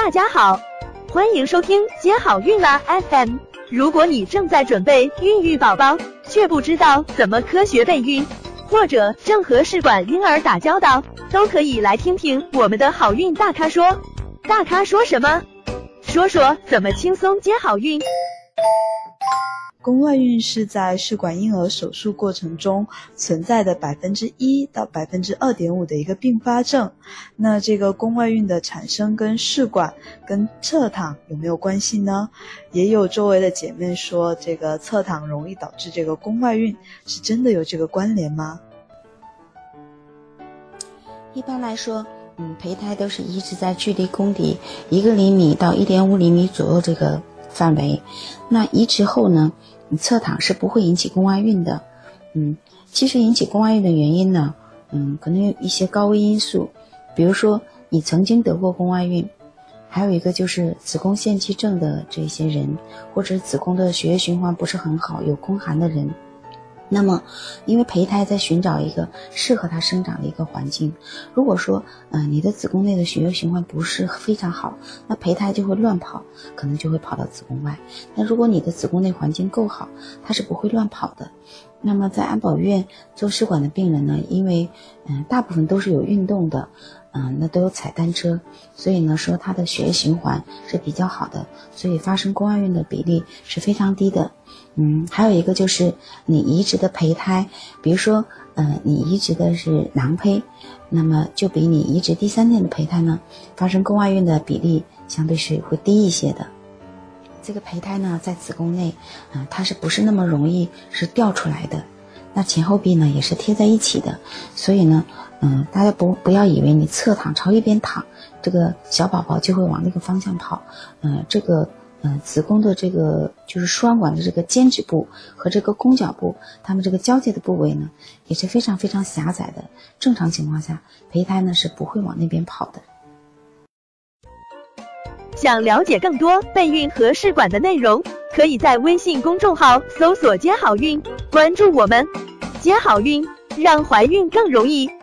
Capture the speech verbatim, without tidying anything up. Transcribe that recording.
大家好，欢迎收听接好运啦 F M。如果你正在准备孕育宝宝，却不知道怎么科学备孕，或者正和试管婴儿打交道，都可以来听听我们的好运大咖说。大咖说什么？说说怎么轻松接好运。 宫外孕是在试管婴儿手术过程中存在的百分之一到百分之二点五的一个并发症。那这个宫外孕的产生跟试管跟侧躺有没有关系呢？也有周围的姐妹说，这个侧躺容易导致这个宫外孕，是真的有这个关联吗？ 一般来说，嗯，胚胎都是移植在距离宫底一个厘米到一点五厘米左右这个范围。那移植后呢，侧躺是不会引起宫外孕的。嗯，其实引起宫外孕的原因呢，嗯，可能有一些高危因素，比如说你曾经得过宫外孕，还有一个就是子宫腺肌症的这些人，或者子宫的血液循环不是很好，有宫寒的人。那么因为胚胎在寻找一个适合它生长的一个环境，如果说呃你的子宫内的血液循环不是非常好，那胚胎就会乱跑，可能就会跑到子宫外。那如果你的子宫内环境够好，它是不会乱跑的。那么在安保院做试管的病人呢，因为嗯、呃、大部分都是有运动的，嗯、呃、那都有踩单车，所以呢说它的血液循环是比较好的，所以发生宫外孕的比例是非常低的。嗯，还有一个就是你移植的胚胎，比如说呃你移植的是囊胚，那么就比你移植第三件的胚胎呢，发生宫外孕的比例相对是会低一些的。这个胚胎呢在子宫内嗯、呃、它是不是那么容易是掉出来的，那前后壁呢也是贴在一起的，所以呢嗯、呃、大家不不要以为你侧躺朝一边躺，这个小宝宝就会往那个方向跑。嗯、呃、这个嗯，子宫的这个就是输卵管的这个间质部和这个宫角部，它们这个交界的部位呢，也是非常非常狭窄的。正常情况下，胚胎呢是不会往那边跑的。 想了解更多备孕和试管的内容，可以在微信公众号搜索接好运，关注我们，接好运，让怀孕更容易。